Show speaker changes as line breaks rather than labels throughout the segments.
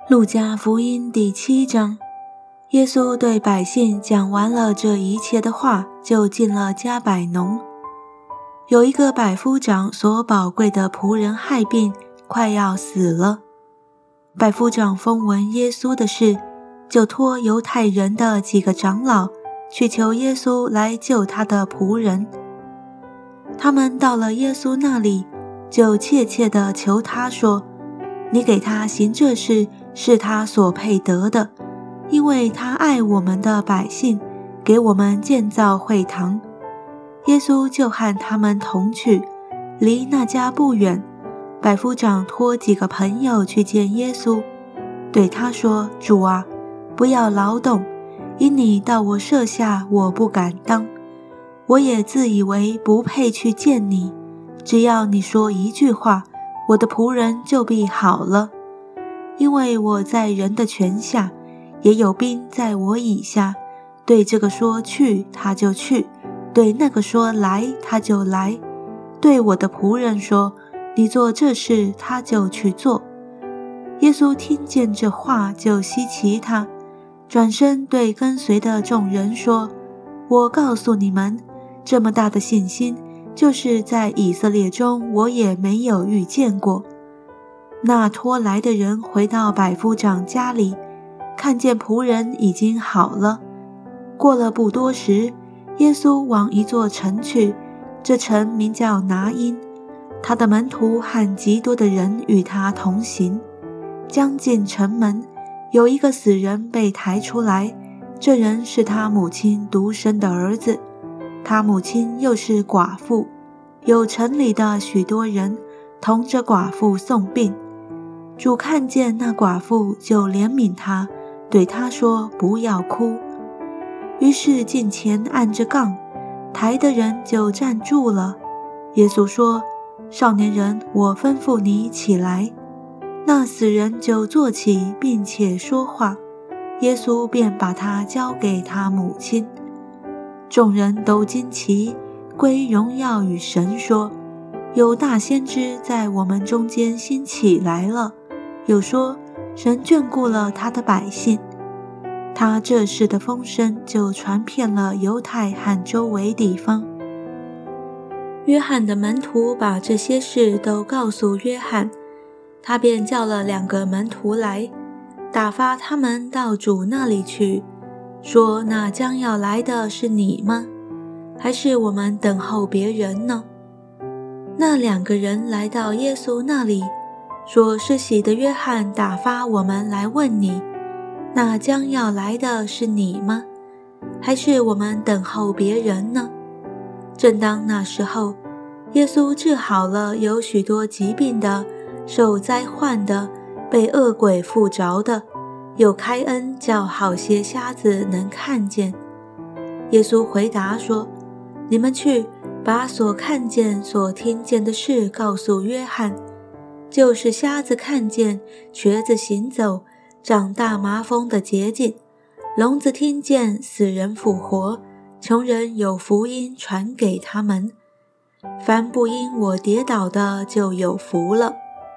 路加福音第7章，耶稣对百姓讲完了这一切的话，就进了加百农。有一个百夫长所宝贵的仆人害病，快要死了。百夫长风闻耶稣的事，就托犹太人的几个长老去求耶稣来救他的仆人。他们到了耶稣那里，就切切地求他说：你给他行这事，是他所配得的，因为他爱我们的百姓，给我们建造会堂。耶稣就和他们同去，离那家不远。百夫长托几个朋友去见耶稣，对他说：主啊，不要劳动，因你到我舍下，我不敢当。我也自以为不配去见你，只要你说一句话，我的仆人就必好了。因为我在人的权下，也有兵在我以下，对这个说去，他就去；对那个说来，他就来；对我的仆人说你做这事，他就去做。耶稣听见这话，就稀奇他，转身对跟随的众人说：我告诉你们，这么大的信心，就是在以色列中我也没有遇见过。那拖来的人回到百夫长家里，看见仆人已经好了。过了不多时，耶稣往一座城去，这城名叫拿因。他的门徒和极多的人与他同行。将近城门，有一个死人被抬出来，这人是他母亲独生的儿子，他母亲又是寡妇，有城里的许多人同着寡妇送殡。主看见那寡妇，就怜悯他，对他说：不要哭。于是近前按着杠，抬的人就站住了。耶稣说：少年人，我吩咐你起来。那死人就坐起，并且说话。耶稣便把他交给他母亲。众人都惊奇，归荣耀与神，说：有大先知在我们中间兴起来了。又说：神眷顾了他的百姓。他这事的风声就传遍了犹太和周围地方。约翰的门徒把这些事都告诉约翰，他便叫了2个门徒来，打发他们到主那里去，说：那将要来的是你吗？还是我们等候别人呢？那2个人来到耶稣那里，说：施洗的约翰打发我们来问你，那将要来的是你吗？还是我们等候别人呢？正当那时候，耶稣治好了有许多疾病的、受灾患的、被恶鬼附着的，又开恩叫好些瞎子能看见。耶稣回答说：你们去，把所看见所听见的事告诉约翰，就是瞎子看见，瘸子行走，长大麻风的洁净，聋子听见，死人复活，穷人有福音传给他们。凡不因我跌倒的，就有福了。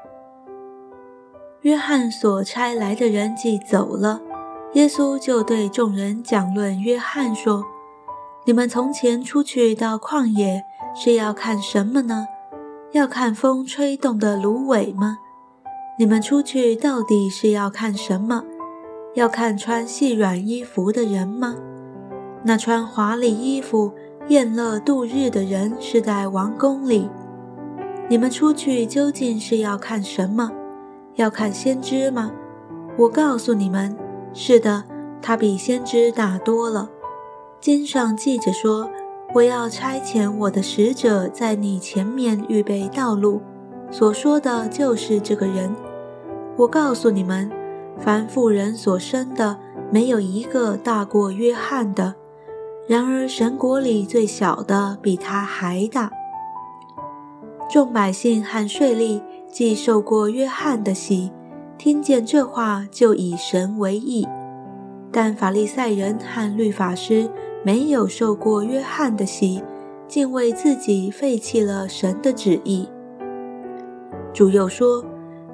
约翰所差来的人既走了，耶稣就对众人讲论约翰说：你们从前出去到旷野，是要看什么呢？要看风吹动的芦苇吗？你们出去到底是要看什么？要看穿细软衣服的人吗？那穿华丽衣服宴乐度日的人是在王宫里。你们出去究竟是要看什么？要看先知吗？我告诉你们，是的，他比先知大多了。经上记着说：我要差遣我的使者在你前面预备道路，所说的就是这个人。我告诉你们，凡妇人所生的，没有一个大过约翰的，然而神国里最小的比他还大。众百姓和税吏既受过约翰的洗，听见这话，就以神为义。但法利赛人和律法师没有受过约翰的洗，竟为自己废弃了神的旨意。主又说：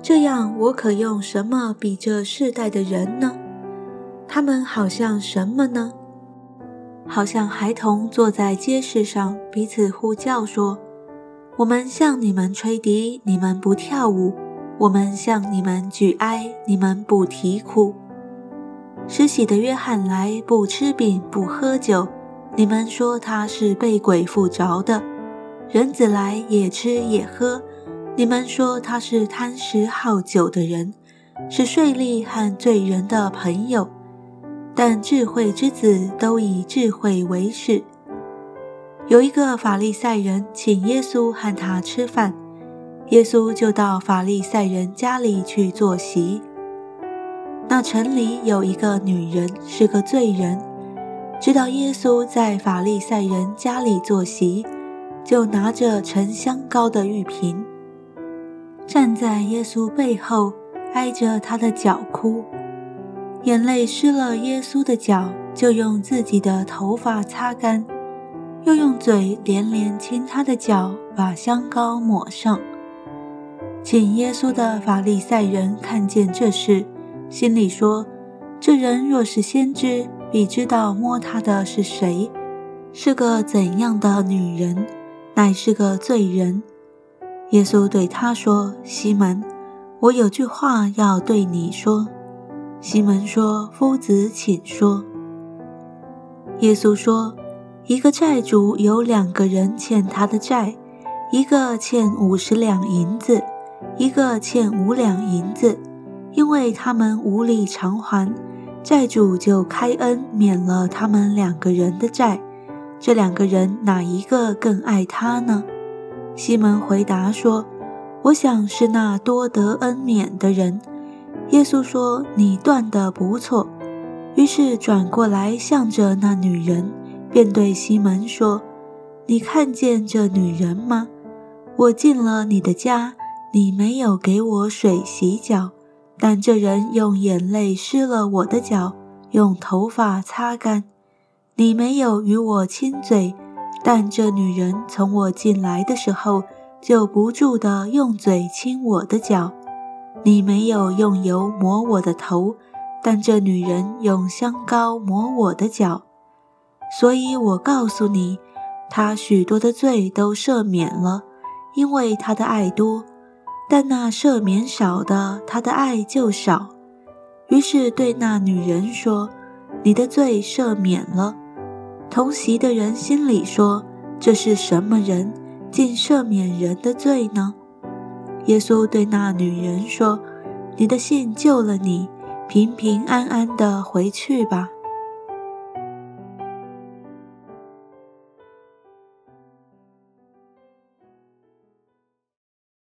这样我可用什么比这世代的人呢？他们好像什么呢？好像孩童坐在街市上彼此呼叫说，我们向你们吹笛，你们不跳舞；我们向你们举哀，你们不啼哭。施洗的约翰来，不吃饼，不喝酒，你们说他是被鬼附着的；人子来，也吃也喝，你们说他是贪食好酒的人，是税吏和罪人的朋友。但智慧之子都以智慧为事。有一个法利赛人请耶稣和他吃饭，耶稣就到法利赛人家里去坐席。那城里有一个女人，是个罪人，知道耶稣在法利赛人家里坐席，就拿着盛香膏的玉瓶，站在耶稣背后，挨着他的脚哭，眼泪湿了耶稣的脚，就用自己的头发擦干，又用嘴连连亲他的脚，把香膏抹上。请耶稣的法利赛人看见这事，心里说，这人若是先知，必知道摸他的是谁，是个怎样的女人，乃是个罪人。耶稣对他说，西门，我有句话要对你说。西门说，夫子请说。耶稣说，一个债主有2个人欠他的债，一个欠50两银子，一个欠5两银子，因为他们无力偿还，债主就开恩免了他们2个人的债。这2个人哪一个更爱他呢？西门回答说，我想是那多得恩免的人。耶稣说，你断得不错。于是转过来向着那女人，便对西门说，你看见这女人吗？我进了你的家，你没有给我水洗脚，但这人用眼泪湿了我的脚，用头发擦干。你没有与我亲嘴，但这女人从我进来的时候，就不住地用嘴亲我的脚。你没有用油抹我的头，但这女人用香膏抹我的脚。所以我告诉你，她许多的罪都赦免了，因为她的爱多；但那赦免少的，她的爱就少。于是对那女人说，你的罪赦免了。同席的人心里说，这是什么人，竟赦免人的罪呢？耶稣对那女人说，你的信救了你，平平安安地回去吧。